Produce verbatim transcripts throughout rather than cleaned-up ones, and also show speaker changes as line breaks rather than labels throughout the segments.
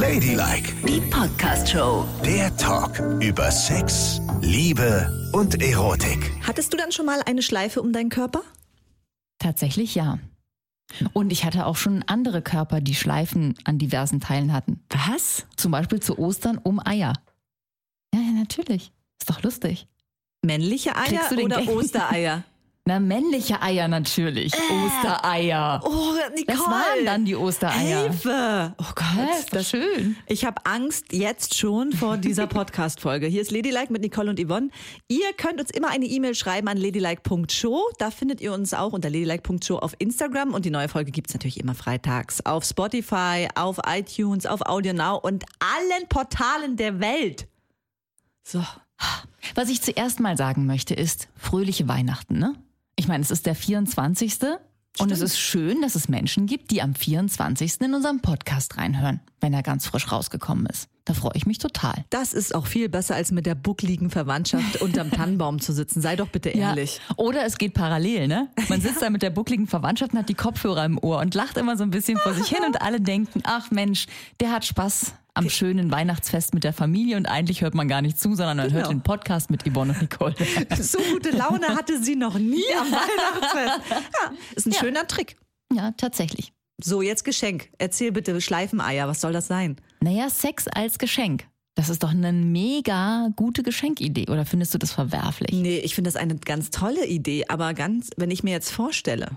Ladylike,
Die Podcast-Show.
der Talk über Sex, Liebe und Erotik.
Hattest du dann schon mal eine Schleife um deinen Körper?
Tatsächlich ja. Und ich hatte auch schon andere Körper, die Schleifen an diversen Teilen hatten.
Was?
Zum Beispiel zu Ostern um Eier. Ja, ja, natürlich. Ist doch lustig.
Männliche Eier
Kriegst du den
oder
Gag?
Ostereier?
Na, männliche Eier natürlich. Ostereier.
Oh, Nicole.
Das waren dann die Ostereier.
Hilfe. Oh Gott.
Ja, ist doch schön.
Ich habe Angst jetzt schon vor dieser Podcast-Folge. Hier ist Ladylike mit Nicole und Yvonne. Ihr könnt uns immer eine E-Mail schreiben an ladylike punkt show. Da findet ihr uns auch unter ladylike punkt show auf Instagram. Und die neue Folge gibt's natürlich immer freitags auf Spotify, auf iTunes, auf Audio Now und allen Portalen der Welt. So.
Was ich zuerst mal sagen möchte, ist fröhliche Weihnachten, ne? Ich meine, es ist der vierundzwanzigste Und es ist schön, dass es Menschen gibt, die am vierundzwanzigsten in unserem Podcast reinhören, wenn er ganz frisch rausgekommen ist. Da freue ich mich total.
Das ist auch viel besser, als mit der buckligen Verwandtschaft unterm Tannenbaum zu sitzen. Sei doch bitte ehrlich.
Ja. Oder es geht parallel, ne? Man sitzt da mit der buckligen Verwandtschaft und hat die Kopfhörer im Ohr und lacht immer so ein bisschen vor sich hin und alle denken, ach Mensch, der hat Spaß am schönen Weihnachtsfest mit der Familie und eigentlich hört man gar nicht zu, sondern man
Genau.
hört den Podcast mit Yvonne und Nicole.
So gute Laune hatte sie noch nie am Weihnachtsfest. Ja, ist ein
Ja.
schöner Trick.
Ja, tatsächlich.
So, jetzt Geschenk. Erzähl bitte, Schleifeneier, was soll das sein?
Naja, Sex als Geschenk. Das ist doch eine mega gute Geschenkidee. Oder findest du das verwerflich?
Nee, ich finde das eine ganz tolle Idee, aber ganz, wenn ich mir jetzt vorstelle,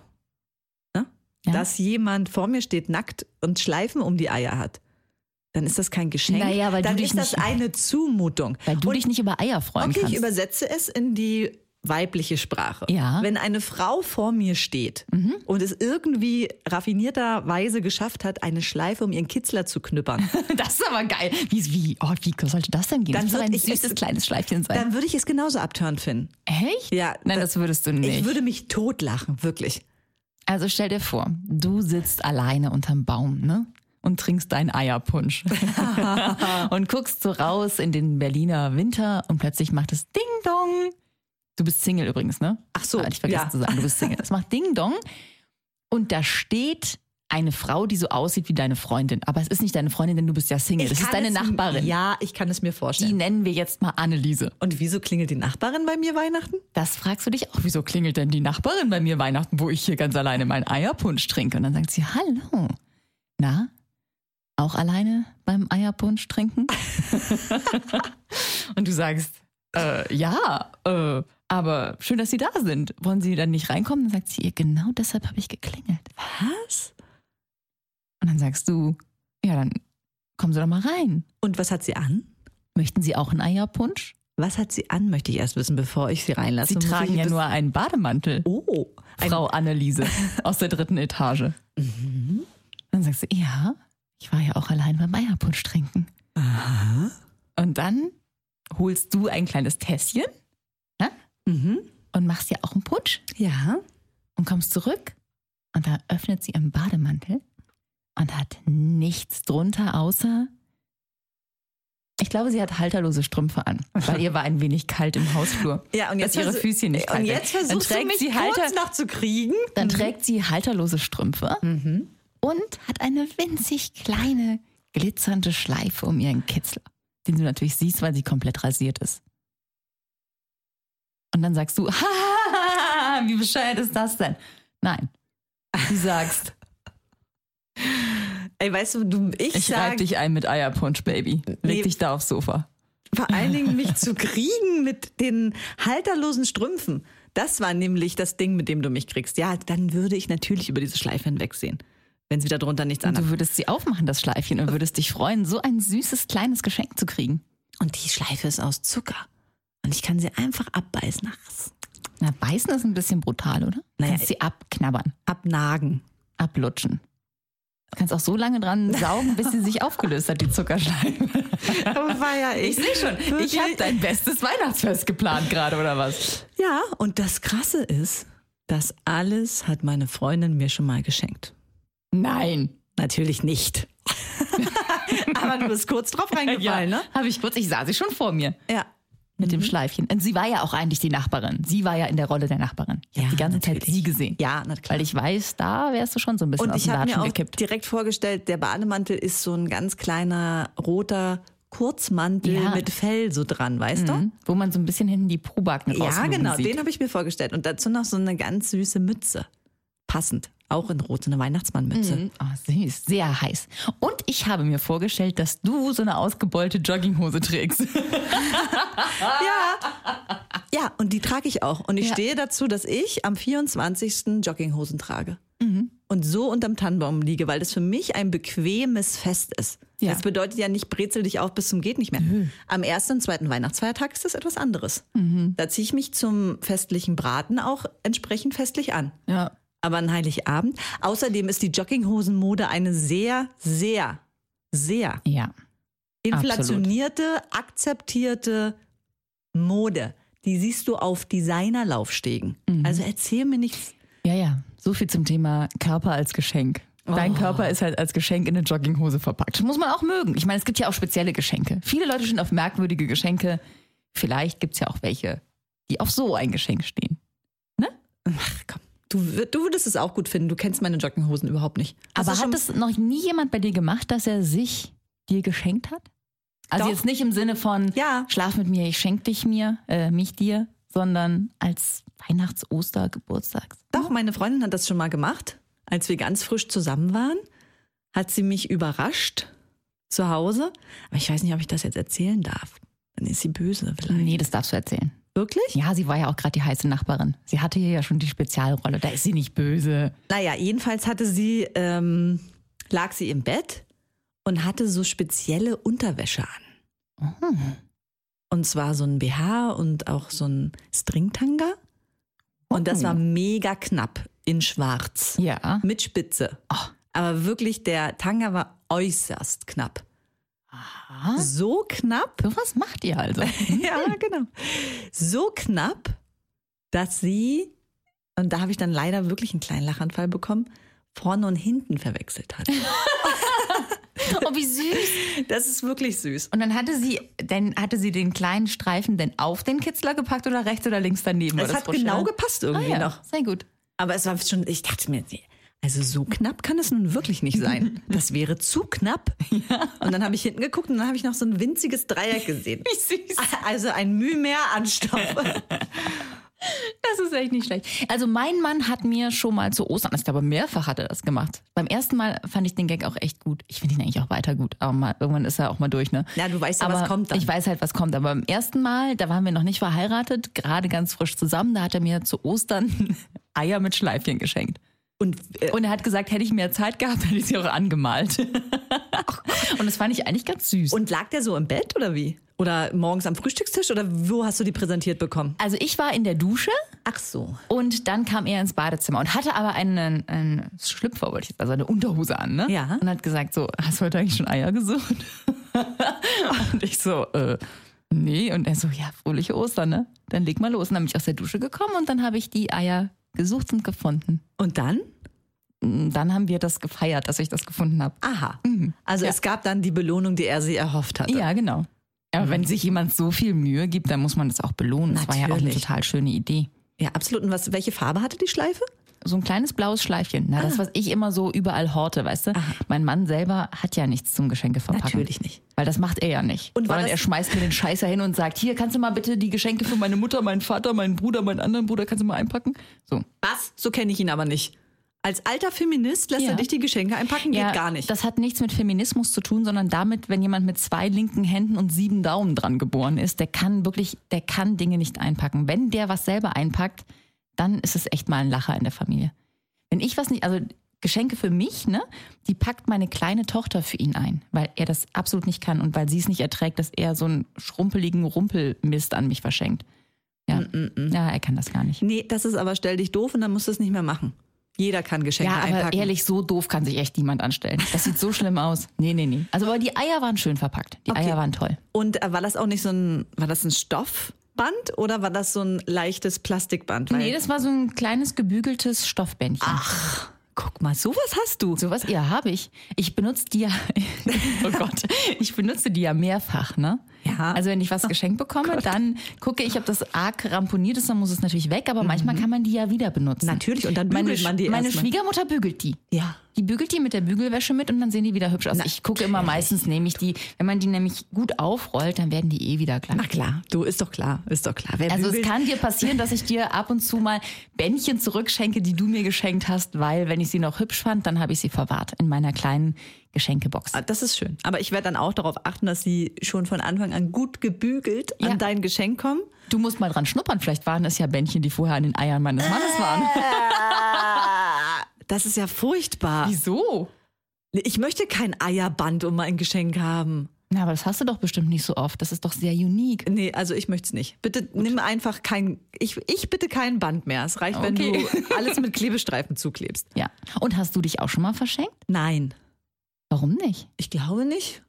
ne,
Ja?
dass jemand vor mir steht, nackt und Schleifen um die Eier hat, dann ist das kein Geschenk.
Naja, weil du
dann
dich
ist das
nicht-
eine Zumutung.
Weil du
Und
dich nicht über Eier freuen
okay,
kannst.
ich übersetze es in die weibliche Sprache.
Ja.
Wenn eine Frau vor mir steht und es irgendwie raffinierterweise geschafft hat, eine Schleife um ihren Kitzler zu knüppern,
Das ist aber geil. Wie, wie, oh, wie sollte das denn gehen?
Dann
das soll
würd
ein
ich
süßes
es-
kleines Schleifchen sein.
dann würde ich es genauso abtörend finden.
Echt?
Ja,
Nein,
da-
das würdest du nicht.
Ich würde mich totlachen, wirklich.
Also stell dir vor, du sitzt alleine unterm Baum, ne? Und trinkst deinen Eierpunsch. Und guckst so raus in den Berliner Winter und plötzlich macht es Ding Dong. Du bist Single übrigens, ne?
Ach so,
Hatte ich vergessen
ja.
zu sagen, du bist Single. Es macht Ding Dong und da steht eine Frau, die so aussieht wie deine Freundin. Aber es ist nicht deine Freundin, denn du bist ja Single. Das
Ich
ist
kann
deine
es-
Nachbarin.
Ja, ich kann es mir
Die
vorstellen.
nennen wir jetzt mal Anneliese.
Und wieso klingelt die Nachbarin bei mir Weihnachten?
Das fragst du dich auch. Wieso klingelt denn die Nachbarin bei mir Weihnachten, wo ich hier ganz alleine meinen Eierpunsch trinke? Und dann sagt sie, hallo. Na, auch alleine beim Eierpunsch trinken? Und du sagst, äh, ja, äh, aber schön, dass Sie da sind. Wollen Sie dann nicht reinkommen? Dann sagt sie, genau deshalb habe ich geklingelt.
Was?
Und dann sagst du, ja, dann kommen Sie doch mal rein.
Und was hat sie an?
Möchten Sie auch einen Eierpunsch?
Was hat sie an, möchte ich erst wissen, bevor ich sie reinlasse.
Sie
Muss
tragen
ich
ja
bis-
nur einen Bademantel.
Oh, ein,
Frau Anneliese aus der dritten Etage. Dann sagst du, ja, ich war ja auch allein beim Eierpunsch trinken.
Aha.
Und dann holst du ein kleines Tässchen, ja,
Mhm.
und machst ja auch einen Punsch
Ja.
und kommst zurück und da öffnet sie ihren Bademantel und hat nichts drunter außer, ich glaube, sie hat halterlose Strümpfe an, weil ihr war ein wenig kalt im Hausflur.
Ja, und jetzt
dass ihre
versuch-
Füßchen nicht kalt
Und
werden.
jetzt
Dann
versuchst du
trägt
mich
sie
kurz
Halter,
noch zu kriegen.
Dann trägt sie halterlose Strümpfe
Mhm.
und hat eine winzig kleine, glitzernde Schleife um ihren Kitzler, den du natürlich siehst, weil sie komplett rasiert ist. Und dann sagst du, haha, wie bescheuert ist das denn? Nein, du sagst,
Ey, weißt du, du ich,
ich reib
sag
dich ein mit Eierpunsch, Baby. Leg
Nee.
dich da aufs Sofa.
vor allen Dingen mich zu kriegen mit den halterlosen Strümpfen. Das war nämlich das Ding, mit dem du mich kriegst. Ja, dann würde ich natürlich über diese Schleife hinwegsehen, wenn sie darunter nichts
Und
anderes.
du würdest sie aufmachen, das Schleifchen, und würdest dich freuen, so ein süßes kleines Geschenk zu kriegen.
Und die Schleife ist aus Zucker. Und ich kann sie einfach abbeißen. Ach,
Na, beißen ist ein bisschen brutal, oder? Du
Naja,
kannst sie abknabbern,
abnagen.
ablutschen. Du kannst auch so lange dran saugen, bis sie sich aufgelöst hat, die Zuckerschleife.
Aber war ja
Ich sehe schon, ich habe dein bestes Weihnachtsfest geplant gerade, oder was?
Ja, und das Krasse ist, das alles hat meine Freundin mir schon mal geschenkt.
Nein.
Natürlich nicht. Aber du bist kurz drauf reingefallen,
Ja,
ne?
habe ich kurz, ich sah sie schon vor mir.
Ja.
mit dem Schleifchen. Und sie war ja auch eigentlich die Nachbarin. Sie war ja in der Rolle der Nachbarin. Ich
Ja,
habe die ganze Zeit
natürlich.
sie gesehen.
Ja, na klar.
Weil ich weiß, da wärst du schon so ein bisschen
Und
aus
ich
dem
habe mir
Latschen
auch
gekippt.
direkt vorgestellt, der Bademantel ist so ein ganz kleiner roter Kurzmantel
Ja.
mit Fell so dran, weißt du?
Mhm. Wo man so ein bisschen hinten die Probacken
Ja,
rauslugen
genau,
sieht.
den habe ich mir vorgestellt. Und dazu noch so eine ganz süße Mütze. Passend. Auch in rot, so eine Weihnachtsmannmütze.
Mhm. Oh, süß, sehr heiß. Und ich habe mir vorgestellt, dass du so eine ausgebeulte Jogginghose trägst.
Ja. Ja, und die trage ich auch. Und ich
Ja.
stehe dazu, dass ich am vierundzwanzigsten Jogginghosen trage.
Mhm.
Und so unterm Tannenbaum liege, weil das für mich ein bequemes Fest ist.
Ja.
Das bedeutet ja nicht, brezel dich auf bis zum geht nicht mehr.
Mhm.
Am ersten und zweiten Weihnachtsfeiertag ist das etwas anderes. Da ziehe ich mich zum festlichen Braten auch entsprechend festlich an.
Ja.
Aber an Heiligabend. Außerdem ist die Jogginghosenmode eine sehr, sehr, sehr
Ja.
inflationierte, akzeptierte Mode. Die siehst du auf Designerlaufstegen. Also erzähl mir nichts.
Ja, ja. So viel zum Thema Körper als Geschenk. Dein
Oh.
Körper ist halt als Geschenk in eine Jogginghose verpackt. Das muss man auch mögen. Ich meine, es gibt ja auch spezielle Geschenke. Viele Leute stehen auf merkwürdige Geschenke. Vielleicht gibt es ja auch welche, die auf so ein Geschenk stehen.
Ach komm, du, wür- du würdest es auch gut finden. Du kennst meine Jogginghosen überhaupt nicht. Hast
Aber
du schon-
hat es noch nie jemand bei dir gemacht, dass er sich dir geschenkt hat? Also
Doch.
jetzt nicht im Sinne von
Ja.
schlaf mit mir, ich schenk dich mir, äh, mich dir, sondern als Weihnachts-, Oster-, Geburtstags.
Doch, meine Freundin hat das schon mal gemacht. Als wir ganz frisch zusammen waren, hat sie mich überrascht zu Hause. Aber ich weiß nicht, ob ich das jetzt erzählen darf. Dann ist sie böse vielleicht.
Nee, das darfst du erzählen.
Wirklich?
Ja, sie war ja auch gerade die heiße Nachbarin. Sie hatte hier ja schon die Spezialrolle. Da ist sie nicht böse.
Naja, jedenfalls hatte sie, ähm, lag sie im Bett und hatte so spezielle Unterwäsche an. Und zwar so ein B H und auch so ein Stringtanga. Und das war mega knapp in schwarz.
Ja.
Mit Spitze. Aber wirklich, der Tanga war äußerst knapp.
Aha.
So knapp,
So was macht ihr also.
ja, genau. So knapp, dass sie, und da habe ich dann leider wirklich einen kleinen Lachanfall bekommen, vorne und hinten verwechselt hat.
Oh, wie süß.
Das ist wirklich süß.
Und dann hatte sie, denn hatte sie den kleinen Streifen denn auf den Kitzler gepackt oder rechts oder links daneben?
Es
War das
hat
Frau
genau
Scheller?
gepasst irgendwie
Ah, ja.
noch.
Sehr gut.
Aber es war schon, ich dachte mir, also so knapp kann es nun wirklich nicht sein. Das wäre zu knapp. Und dann habe ich hinten geguckt und dann habe ich noch so ein winziges Dreieck gesehen.
Wie süß.
Also ein Mühe mehr an Stoff.
Das ist echt nicht schlecht. Also mein Mann hat mir schon mal zu Ostern, ich glaube mehrfach hat er das gemacht. Beim ersten Mal fand ich den Gag auch echt gut. Ich finde ihn eigentlich auch weiter gut, aber mal, irgendwann ist er auch mal durch, ne?
Ja, du weißt ja,
aber
was kommt dann.
Ich weiß halt, was kommt. Aber beim ersten Mal, da waren wir noch nicht verheiratet, gerade ganz frisch zusammen, da hat er mir zu Ostern Eier mit Schleifchen geschenkt.
Und äh,
Und er hat gesagt, hätte ich mehr Zeit gehabt, hätte ich sie auch angemalt. Und das fand ich eigentlich ganz süß.
Und lag der so im Bett oder wie? Oder morgens am Frühstückstisch oder wo hast du die präsentiert bekommen?
Also ich war in der Dusche
Ach so.
und dann kam er ins Badezimmer und hatte aber einen, einen Schlüpfer, wollte ich jetzt, also eine Unterhose an, ne?
Ja.
Und hat gesagt so, hast du heute eigentlich schon Eier gesucht? Und ich so, äh, nee. Und er so, ja, fröhliche Ostern, ne? Dann leg mal los. Und dann bin ich aus der Dusche gekommen und dann habe ich die Eier gesucht und gefunden.
Und dann?
Dann haben wir das gefeiert, dass ich das gefunden habe.
Aha. Also
Ja.
es gab dann die Belohnung, die er sich erhofft hatte.
Ja, genau. Aber wenn sich jemand so viel Mühe gibt, dann muss man das auch belohnen. Das war ja auch eine
Natürlich.
total schöne Idee.
Ja, absolut. Und was, welche Farbe hatte die Schleife?
So ein kleines blaues Schleifchen. Na, das, was ich immer so überall horte, weißt du? Mein Mann selber hat ja nichts zum Geschenke verpacken.
Natürlich nicht.
Weil das macht er ja nicht.
Und war
Sondern
das-
er schmeißt mir den Scheißer hin und sagt, hier, kannst du mal bitte die Geschenke für meine Mutter, meinen Vater, meinen Bruder, meinen anderen Bruder, kannst du mal einpacken? So.
Was? So kenne ich ihn aber nicht. Als alter Feminist lässt
Ja.
er dich die Geschenke einpacken? Geht gar nicht.
Das hat nichts mit Feminismus zu tun, sondern damit, wenn jemand mit zwei linken Händen und sieben Daumen dran geboren ist, der kann wirklich, der kann Dinge nicht einpacken. Wenn der was selber einpackt, dann ist es echt mal ein Lacher in der Familie. Wenn ich was nicht, also Geschenke für mich, ne, die packt meine kleine Tochter für ihn ein, weil er das absolut nicht kann und weil sie es nicht erträgt, dass er so einen schrumpeligen Rumpelmist an mich verschenkt. Ja, ja, er kann das gar nicht.
Nee, das ist aber stell dich doof und dann musst du es nicht mehr machen. Jeder kann Geschenke
Ja, aber
einpacken.
ehrlich, so doof kann sich echt niemand anstellen. Das sieht so schlimm aus. Nee, nee, nee. Also aber die Eier waren schön verpackt. Die
Okay.
Eier waren toll.
Und äh, war das auch nicht so ein, war das ein Stoffband oder war das so ein leichtes Plastikband? Weil,
Nee, das war so ein kleines gebügeltes Stoffbändchen.
Ach, guck mal, sowas hast du.
Sowas, ja, habe ich. Ich benutze die ja, oh Gott, ich benutze die ja mehrfach, ne?
Ja. Ja.
Also wenn ich was geschenkt bekomme, dann gucke ich, ob das arg ramponiert ist, dann muss es natürlich weg, aber mhm. manchmal kann man die ja wieder benutzen.
Natürlich, und dann bügelt
meine,
man die
Meine
erstmal.
Schwiegermutter bügelt die.
Ja.
Die bügelt die mit der Bügelwäsche mit und dann sehen die wieder hübsch aus.
Na,
ich gucke immer meistens, nehme ich die, wenn man die nämlich gut aufrollt, dann werden die eh wieder glatt.
Na klar, du, ist doch klar, ist doch klar. Wer
Also
bügelt,
es kann dir passieren, dass ich dir ab und zu mal Bändchen zurückschenke, die du mir geschenkt hast, weil wenn ich sie noch hübsch fand, dann habe ich sie verwahrt in meiner kleinen Geschenkebox.
Das ist schön. Aber ich werde dann auch darauf achten, dass sie schon von Anfang an gut gebügelt
Ja.
an dein Geschenk kommen.
Du musst mal dran schnuppern, vielleicht waren es ja Bändchen, die vorher an den Eiern meines Mannes waren.
Das ist ja furchtbar.
Wieso?
Ich möchte kein Eierband um mein Geschenk haben.
Na, aber das hast du doch bestimmt nicht so oft. Das ist doch sehr unique.
Nee, also ich möchte es nicht. Bitte nimm einfach kein, ich, ich bitte kein Band mehr. Es reicht, wenn
Okay.
du alles mit Klebestreifen zuklebst.
Ja. Und hast du dich auch schon mal verschenkt?
Nein,
Warum nicht?
ich glaube nicht.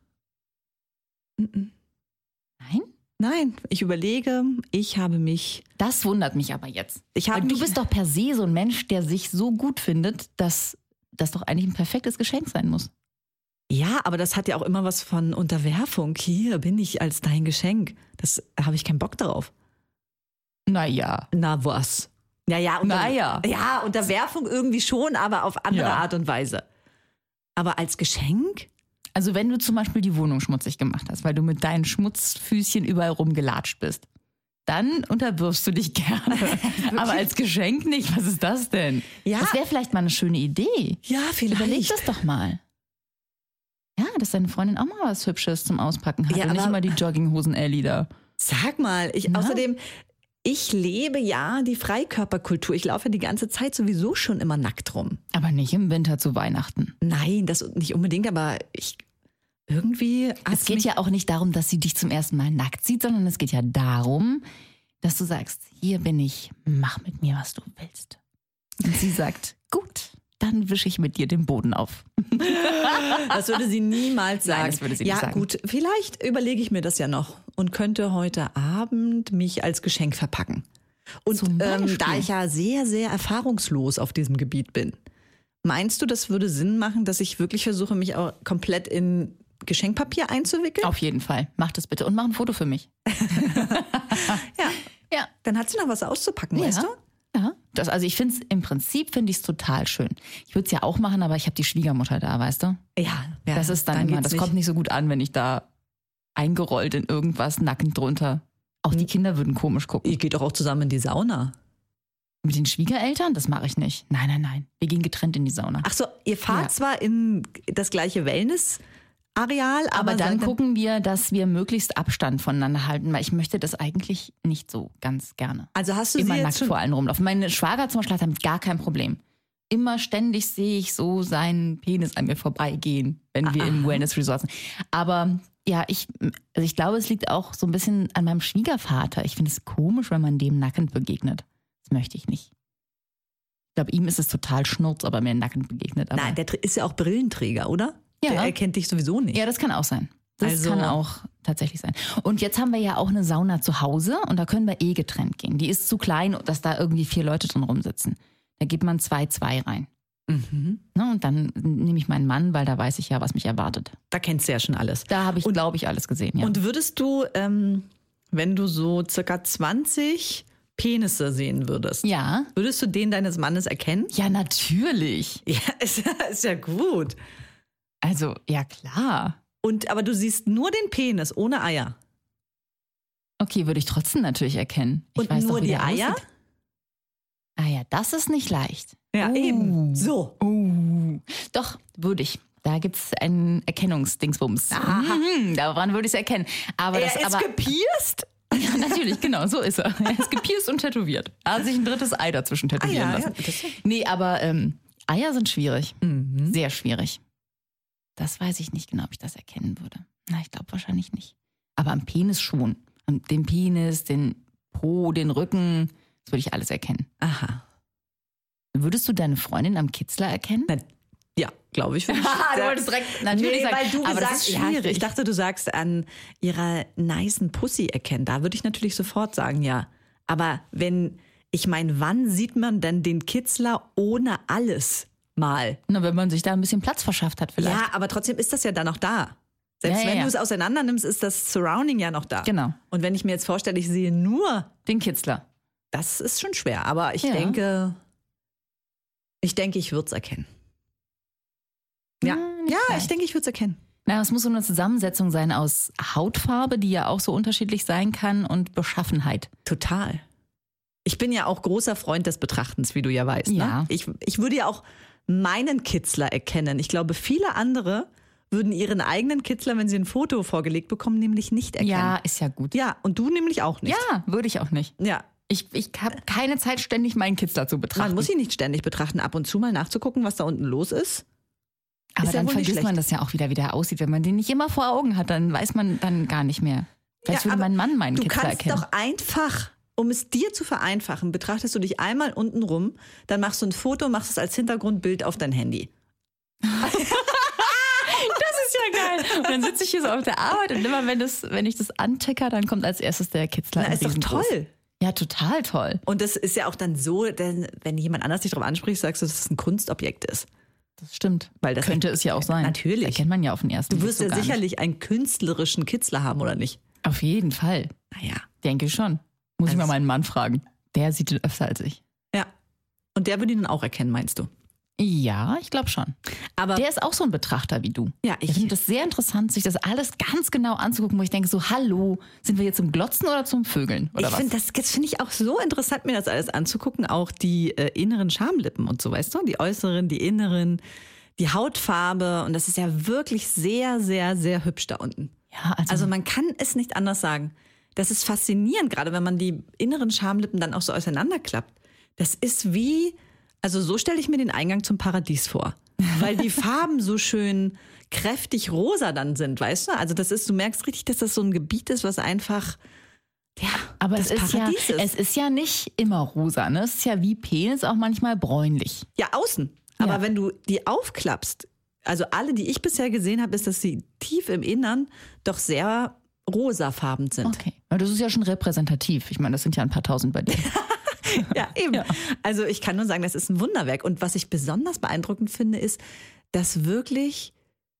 Mhm.
Nein?
Nein, ich überlege, ich habe mich,
Das wundert mich aber jetzt.
ich habe
Weil du
mich,
bist doch per se so ein Mensch, der sich so gut findet, dass das doch eigentlich ein perfektes Geschenk sein muss.
ja, aber das hat ja auch immer was von Unterwerfung. Hier bin ich als dein Geschenk. Das habe ich keinen Bock drauf.
Naja.
Na was? Ja, ja, unter,
Naja.
ja, Unterwerfung irgendwie schon, aber auf andere
Ja.
Art und Weise. Aber als Geschenk?
Also wenn du zum Beispiel die Wohnung schmutzig gemacht hast, weil du mit deinen Schmutzfüßchen überall rumgelatscht bist, dann unterwirfst du dich gerne. Aber als Geschenk nicht. Was ist das denn?
Ja.
Das wäre vielleicht mal eine schöne Idee.
Ja, vielleicht.
Überleg das doch mal. Ja, dass deine Freundin auch mal was Hübsches zum Auspacken hat
Ja,
und nicht
aber-
immer die Jogginghosen-Ellie da.
Sag mal, ich
Na?
außerdem, ich lebe ja die Freikörperkultur. Ich laufe die ganze Zeit sowieso schon immer nackt rum.
Aber nicht im Winter zu Weihnachten.
Nein, das nicht unbedingt, aber ich irgendwie.
Es geht ja auch nicht darum, dass sie dich zum ersten Mal nackt sieht, sondern es geht ja darum, dass du sagst, hier bin ich, mach mit mir, was du willst. Und sie sagt, gut, dann wische ich mit dir den Boden auf.
Das würde sie niemals sagen.
Nein, das würde sie
ja,
nicht sagen.
gut, vielleicht überlege ich mir das ja noch und könnte heute Abend mich als Geschenk verpacken. Und
Zum
ähm,
Beispiel?
da ich ja sehr, sehr erfahrungslos auf diesem Gebiet bin, meinst du, das würde Sinn machen, dass ich wirklich versuche, mich auch komplett in Geschenkpapier einzuwickeln?
Auf jeden Fall. Mach das bitte und mach ein Foto für mich.
Ja.
Ja.
Dann hat sie noch was auszupacken, weißt du?
Ja. Das, also ich finde es, im Prinzip finde ich es total schön. Ich würde es ja auch machen, aber ich habe die Schwiegermutter da, weißt du?
Ja, ja.
Das ist dann, immer,
geht's
das
nicht.
kommt nicht so gut an, wenn ich da eingerollt in irgendwas, nackend drunter. Auch die Kinder würden komisch gucken.
Ihr geht doch auch zusammen in die Sauna.
Mit den Schwiegereltern? Das mache ich nicht. Nein, nein, nein. Wir gehen getrennt in die Sauna.
Ach so, ihr fahrt
Ja.
zwar in das gleiche Wellness-Areal, aber,
aber dann
seid
gucken wir, dass wir möglichst Abstand voneinander halten, weil ich möchte das eigentlich nicht so ganz gerne.
Also hast du
Immer
sie
nackt
jetzt schon...
vor allen rumlaufen. Meine Schwager zum Beispiel hat damit gar kein Problem. Immer ständig sehe ich so seinen Penis an mir vorbeigehen, wenn wir im Wellness-Resort sind. Aber ja, ich, also ich glaube, es liegt auch so ein bisschen an meinem Schwiegervater. Ich finde es komisch, wenn man dem nackend begegnet. Das möchte ich nicht. Ich glaube, ihm ist es total schnurz, aber mir nackend begegnet. Aber
Nein, der tr- ist ja auch Brillenträger, oder?
Ja.
Der erkennt dich sowieso nicht.
ja, das kann auch sein. Das
Also-
kann auch tatsächlich sein. Und jetzt haben wir ja auch eine Sauna zu Hause und da können wir eh getrennt gehen. Die ist zu klein, dass da irgendwie vier Leute drin rumsitzen. Da gibt man zwei, zwei rein.
Mhm.
Ne, und dann nehme ich meinen Mann, weil da weiß ich ja, was mich erwartet.
Da kennst du ja schon alles.
Da habe ich, glaube ich, alles gesehen. Ja.
Und würdest du, ähm, wenn du so circa zwanzig Penisse sehen würdest,
ja,
würdest du den deines Mannes erkennen?
ja, natürlich.
Ja, ist, ja- ist ja gut.
Also, ja, klar.
Und, aber du siehst nur den Penis ohne Eier.
Okay, würde ich trotzdem natürlich erkennen. Ich
Und
weiß
nur
doch, wie
die
der
Eier?
aussieht. Ah ja, das ist nicht leicht.
Ja,
Oh.
eben. So.
Oh. Doch, würde ich. Da gibt es einen Erkennungsdingsbums.
Aha.
Mhm, daran würde ich es erkennen. Aber das, aber,
gepierst?
ja, natürlich, genau, so ist er. Er ist gepierst und tätowiert. Er hat sich ein drittes Ei dazwischen tätowieren
Ah, ja,
lassen.
ja, das-
Nee, aber ähm, Eier sind schwierig.
Mhm.
Sehr schwierig. Das weiß ich nicht genau, ob ich das erkennen würde. Na, ich glaube wahrscheinlich nicht. Aber am Penis schon. Am- Den Penis, den Po, den Rücken, das würde ich alles erkennen.
Aha.
Würdest du deine Freundin am Kitzler erkennen?
Na, ja, glaube ich.
du wolltest direkt natürlich
nee,
sagen,
weil du
aber
gesagt,
das ist
ja,
schwierig.
ich dachte, du sagst an ihrer nicen Pussy erkennen. Da würde ich natürlich sofort sagen, ja. Aber wenn, ich meine, wann sieht man denn den Kitzler ohne alles mal?
Na, wenn man sich da ein bisschen Platz verschafft hat vielleicht.
Ja, aber trotzdem ist das ja dann noch da. Selbst
Ja, ja,
wenn
ja.
du es auseinander nimmst, ist das Surrounding ja noch da.
Genau.
Und wenn ich mir jetzt vorstelle, ich sehe nur,
Den Kitzler.
das ist schon schwer. Aber ich
Ja.
denke, ich denke, ich würde es erkennen. Ja,
Hm, nicht
ja, ich
schlecht.
denke, ich würde es erkennen.
Na, es muss so eine Zusammensetzung sein aus Hautfarbe, die ja auch so unterschiedlich sein kann, und Beschaffenheit.
Total. Ich bin ja auch großer Freund des Betrachtens, wie du ja weißt.
Ja.
Ne? Ich, ich würde ja auch meinen Kitzler erkennen. Ich glaube, viele andere würden ihren eigenen Kitzler, wenn sie ein Foto vorgelegt bekommen, nämlich nicht erkennen.
Ja, ist ja gut.
Ja, und du nämlich auch nicht.
Ja, würde ich auch nicht.
Ja.
Ich, ich habe keine Zeit, ständig meinen Kitzler zu betrachten.
Man muss ihn nicht ständig betrachten, ab und zu mal nachzugucken, was da unten los ist.
Aber
ist ja
dann
wohl nicht
vergisst man
schlecht.
das ja auch wieder, wie der aussieht. Wenn man den nicht immer vor Augen hat, dann weiß man dann gar nicht mehr. Vielleicht
Ja,
würde
aber
mein Mann meinen
Du
Kitzler
kannst
erkennen.
doch einfach, um es dir zu vereinfachen, betrachtest du dich einmal unten rum, dann machst du ein Foto, machst es als Hintergrundbild auf dein Handy.
Das ist ja geil. Und dann sitze ich hier so auf der Arbeit und immer, wenn, das, wenn ich das anticker, dann kommt als erstes der Kitzler.
Na,
in
ist doch
riesengroß.
toll.
Ja, total toll.
Und das ist ja auch dann so, denn wenn jemand anders dich darauf anspricht, sagst du, dass es ein Kunstobjekt ist.
Das stimmt.
Weil das
könnte es ja auch sein.
Natürlich.
Das erkennt man ja auf den ersten
Du
Blick
wirst
so
ja
gar
sicherlich einen künstlerischen Kitzler haben, oder nicht?
nicht. Auf jeden Fall.
Naja.
Denke ich schon. Muss ich
Also-
mal meinen Mann fragen. Der sieht den öfter als ich.
Ja. Und der würde ihn dann auch erkennen, meinst du?
Ja, ich glaube schon.
Aber
Der ist auch so ein Betrachter wie du.
Ja,
ich
ich-
finde das sehr interessant, sich das alles ganz genau anzugucken, wo ich denke so, hallo, sind wir jetzt zum Glotzen oder zum Vögeln? Oder
ich
was?
finde das, das finde ich auch so interessant, mir das alles anzugucken. Auch die äh, inneren Schamlippen und so, weißt du? Die äußeren, die inneren, die Hautfarbe. Und das ist ja wirklich sehr, sehr, sehr hübsch da unten.
ja, also,
Also man kann es nicht anders sagen. Das ist faszinierend, gerade wenn man die inneren Schamlippen dann auch so auseinanderklappt. Das ist wie, also so stelle ich mir den Eingang zum Paradies vor. Weil die Farben so schön kräftig rosa dann sind, weißt du? Also das ist, du merkst richtig, dass das so ein Gebiet ist, was einfach, ja,
aber
das
es ist, ja,
Paradies ist.
es ist ja nicht immer rosa, ne? Es ist ja wie Penis auch manchmal bräunlich.
Ja, außen. Aber
Ja.
wenn du die aufklappst, also alle, die ich bisher gesehen habe, ist, dass sie tief im Innern doch sehr rosafarben sind.
Okay. Aber das ist ja schon repräsentativ. Ich meine, das sind ja ein paar tausend bei dir.
Ja, eben. Also ich kann nur sagen, das ist ein Wunderwerk. Und was ich besonders beeindruckend finde, ist, dass wirklich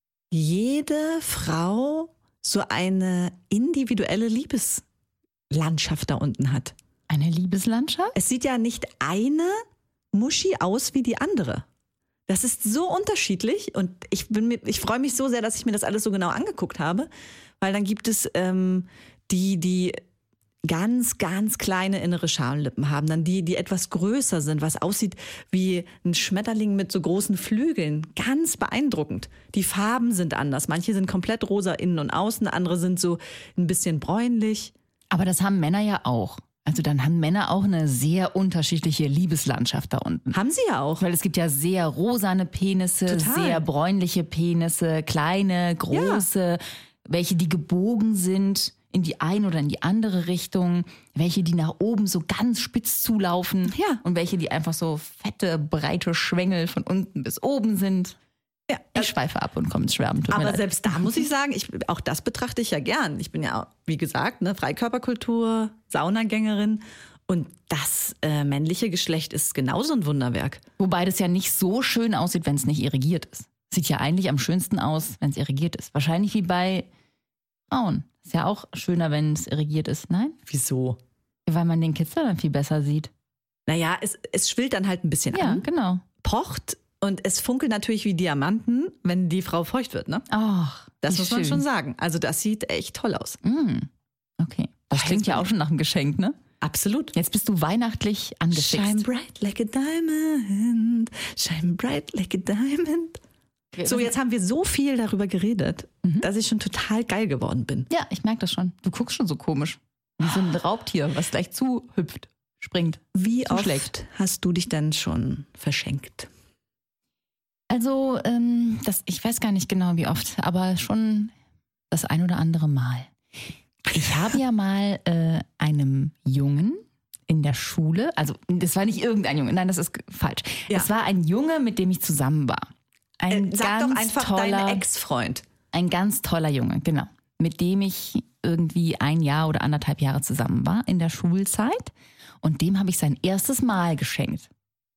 jede Frau so eine individuelle Liebeslandschaft da unten hat.
Eine Liebeslandschaft?
Es sieht ja nicht eine Muschi aus wie die andere. Das ist so unterschiedlich und ich bin mir, ich freue mich so sehr, dass ich mir das alles so genau angeguckt habe, weil dann gibt es ähm, die, die ganz, ganz kleine innere Schamlippen haben, dann die, die etwas größer sind, was aussieht wie ein Schmetterling mit so großen Flügeln. Ganz beeindruckend. Die Farben sind anders. Manche sind komplett rosa innen und außen, andere sind so ein bisschen bräunlich.
Aber das haben Männer ja auch. Also dann haben Männer auch eine sehr unterschiedliche Liebeslandschaft da unten.
Haben sie ja auch.
Weil es gibt ja sehr rosane Penisse,
Total.
sehr bräunliche Penisse, kleine, große, welche die gebogen sind in die eine oder in die andere Richtung, welche die nach oben so ganz spitz zulaufen
Ja.
und welche die einfach so fette, breite Schwängel von unten bis oben sind.
Ja,
Ich schweife ab und komme ins Schwärmen. Tut mir
aber
leid.
selbst da muss ich sagen, ich, auch das betrachte ich ja gern. Ich bin ja, wie gesagt, ne, Freikörperkultur, Saunagängerin. Und das äh, männliche Geschlecht ist genauso ein Wunderwerk.
Wobei das ja nicht so schön aussieht, wenn es nicht irrigiert ist. Sieht ja eigentlich am schönsten aus, wenn es irrigiert ist. Wahrscheinlich wie bei Frauen. Ist ja auch schöner, wenn es irrigiert ist. Nein?
Wieso?
Weil man den Kitzler dann viel besser sieht.
Naja, es, es schwillt dann halt ein bisschen
Ja,
an,
genau.
pocht und es funkelt natürlich wie Diamanten, wenn die Frau feucht wird. Ne?
Ach,
Das
wie
muss man
schön.
schon sagen. Also das sieht echt toll aus.
Mm, okay. Das
Boah,
klingt
jetzt
ja
bin
auch
ich-
schon nach einem Geschenk, ne?
Absolut.
Jetzt bist du weihnachtlich
Shine
angefixt.
bright like a diamond. Shine bright like a diamond. So, jetzt haben wir so viel darüber geredet, dass ich schon total geil geworden bin.
Ja, ich merke das schon. Du guckst schon so komisch. Wie so ein Raubtier, was gleich zuhüpft, springt.
Wie
zuschlägt.
oft hast du dich denn schon verschenkt?
Also, ähm, das, ich weiß gar nicht genau, wie oft, aber schon das ein oder andere Mal. Ich habe ja mal äh, einem Jungen in der Schule, also das war nicht irgendein Junge, nein, das ist falsch.
Ja.
Es war ein Junge, mit dem ich zusammen war. Ein
Äh, Sag
ganz
doch einfach
toller,
deinen Ex-Freund.
ein ganz toller Junge, genau. Mit dem ich irgendwie ein Jahr oder anderthalb Jahre zusammen war in der Schulzeit. Und dem habe ich sein erstes Mal geschenkt.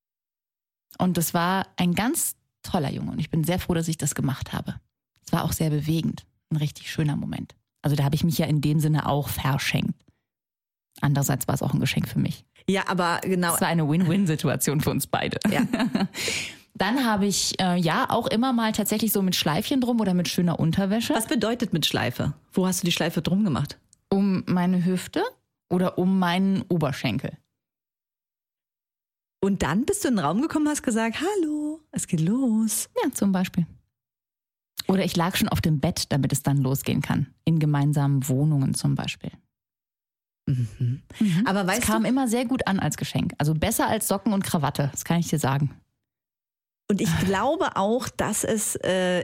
Und das war ein ganz toller Junge. Und ich bin sehr froh, dass ich das gemacht habe. Es war auch sehr bewegend. ein richtig schöner Moment. Also da habe ich mich ja in dem Sinne auch verschenkt. Andererseits war es auch ein Geschenk für mich.
Ja, aber genau.
Es war eine Win-Win-Situation für uns beide.
Ja.
Dann habe ich äh, ja auch immer mal tatsächlich so mit Schleifchen drum oder mit schöner Unterwäsche.
Was bedeutet mit Schleife? Wo hast du die Schleife drum gemacht?
Um meine Hüfte oder um meinen Oberschenkel.
Und dann bist du in den Raum gekommen und hast gesagt, hallo, es geht los.
Ja, zum Beispiel. Oder ich lag schon auf dem Bett, damit es dann losgehen kann. In gemeinsamen Wohnungen zum Beispiel.
Mhm.
Mhm.
Aber weißt
es kam
du,
immer sehr gut an als Geschenk. Also besser als Socken und Krawatte, das kann ich dir sagen.
und ich glaube auch, dass es äh,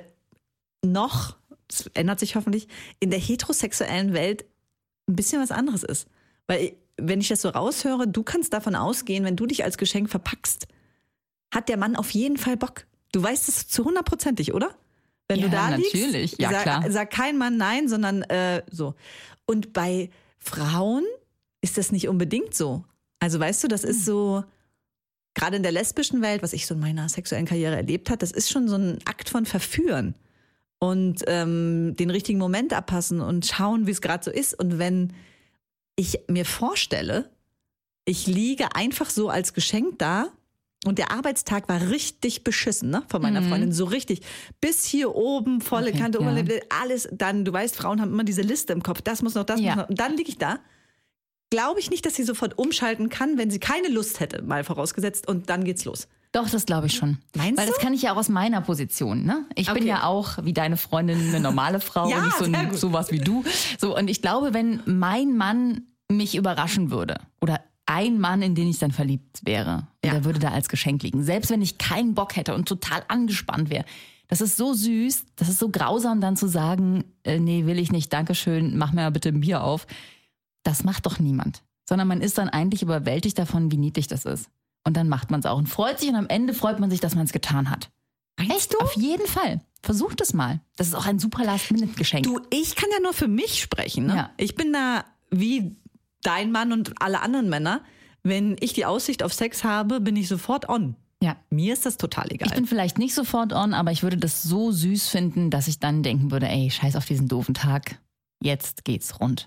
noch, das ändert sich hoffentlich, in der heterosexuellen Welt ein bisschen was anderes ist. Weil wenn ich das so raushöre, du kannst davon ausgehen, wenn du dich als Geschenk verpackst, hat der Mann auf jeden Fall Bock. Du weißt es zu hundertprozentig, oder? Wenn
Ja,
du da
natürlich.
liegst,
Ja,
sag,
klar.
sag kein Mann nein, sondern äh, so. Und bei Frauen ist das nicht unbedingt so. Also weißt du, das ist so, gerade in der lesbischen Welt, was ich so in meiner sexuellen Karriere erlebt habe, das ist schon so ein Akt von Verführen. Und ähm, den richtigen Moment abpassen und schauen, wie es gerade so ist. Und wenn ich mir vorstelle, ich liege einfach so als Geschenk da und der Arbeitstag war richtig beschissen, ne, von meiner
Mhm.
Freundin, so richtig. Bis hier oben, volle
Okay,
Kante,
ja.
Oberlippe, alles. Dann, du weißt, Frauen haben immer diese Liste im Kopf, das muss noch, das
Ja.
muss noch. Und dann liege ich da. Glaube ich nicht, dass sie sofort umschalten kann, wenn sie keine Lust hätte, mal vorausgesetzt. Und dann geht's los.
Doch, das glaube ich schon.
Meinst
Weil
du?
das kann ich ja auch aus meiner Position. Ne? Ich bin
Okay.
ja auch, wie deine Freundin, eine normale Frau
Ja,
und nicht so
sehr
ein,
gut.
sowas wie du. So, und ich glaube, wenn mein Mann mich überraschen würde oder ein Mann, in den ich dann verliebt wäre, und
Ja.
der würde da als Geschenk liegen, selbst wenn ich keinen Bock hätte und total angespannt wäre, das ist so süß, das ist so grausam dann zu sagen, äh, nee, will ich nicht, Dankeschön, mach mir mal bitte ein Bier auf. Das macht doch niemand. Sondern man ist dann eigentlich überwältigt davon, wie niedlich das ist. Und dann macht man es auch und freut sich und am Ende freut man sich, dass man es getan hat.
Meinst du?
Auf jeden Fall. Versucht es mal. Das ist auch ein super Last-Minute-Geschenk.
Du, ich kann ja nur für mich sprechen. Ne?
Ja.
Ich bin da wie dein Mann und alle anderen Männer. Wenn ich die Aussicht auf Sex habe, bin ich sofort on.
Ja.
Mir ist das total egal.
Ich bin vielleicht nicht sofort on, aber ich würde das so süß finden, dass ich dann denken würde, ey, scheiß auf diesen doofen Tag. Jetzt geht's rund.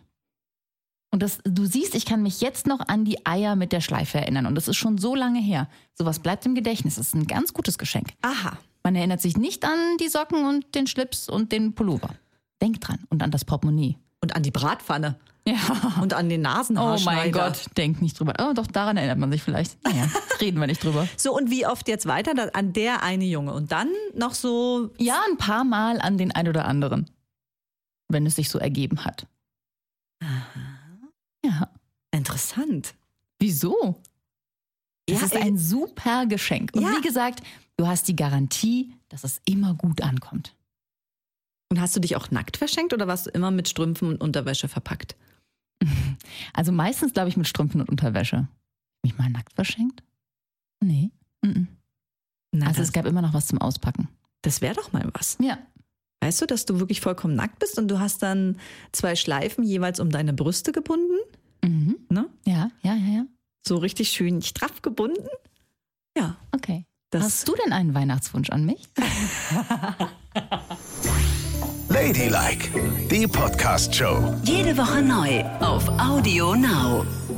Und das, du siehst, ich kann mich jetzt noch an die Eier mit der Schleife erinnern. Und das ist schon so lange her. Sowas bleibt im Gedächtnis. Das ist ein ganz gutes Geschenk.
Aha.
Man erinnert sich nicht an die Socken und den Schlips und den Pullover. Denk dran. Und an das Portemonnaie.
Und an die Bratpfanne.
Ja.
Und an den
Oh
Nasenhaarschneider.
mein Gott, denk nicht drüber. Oh, doch, daran erinnert man sich vielleicht. Naja, reden wir nicht drüber.
So, und wie oft jetzt weiter? Da- An der eine Junge. Und dann noch so.
Ja, ein paar Mal an den ein oder anderen. Wenn es sich so ergeben hat. Ja.
Interessant.
Wieso? Das
Ja,
ist
ey.
ein super Geschenk. Und
Ja.
wie gesagt, du hast die Garantie, dass es immer gut ankommt.
Und hast du dich auch nackt verschenkt oder warst du immer mit Strümpfen und Unterwäsche verpackt?
Also meistens, glaube ich, mit Strümpfen und Unterwäsche. Mich mal nackt verschenkt? Nee. Mhm.
Na,
Also
das
es gab immer noch was zum Auspacken.
das wäre doch mal was.
Ja.
Weißt du, dass du wirklich vollkommen nackt bist und du hast dann zwei Schleifen jeweils um deine Brüste gebunden?
Mhm.
Ne?
Ja, ja, ja, ja.
So richtig schön straff gebunden? Ja.
Okay.
Das
Hast du denn einen Weihnachtswunsch an mich?
Ladylike, die Podcast-Show.
Jede Woche neu auf Audio Now.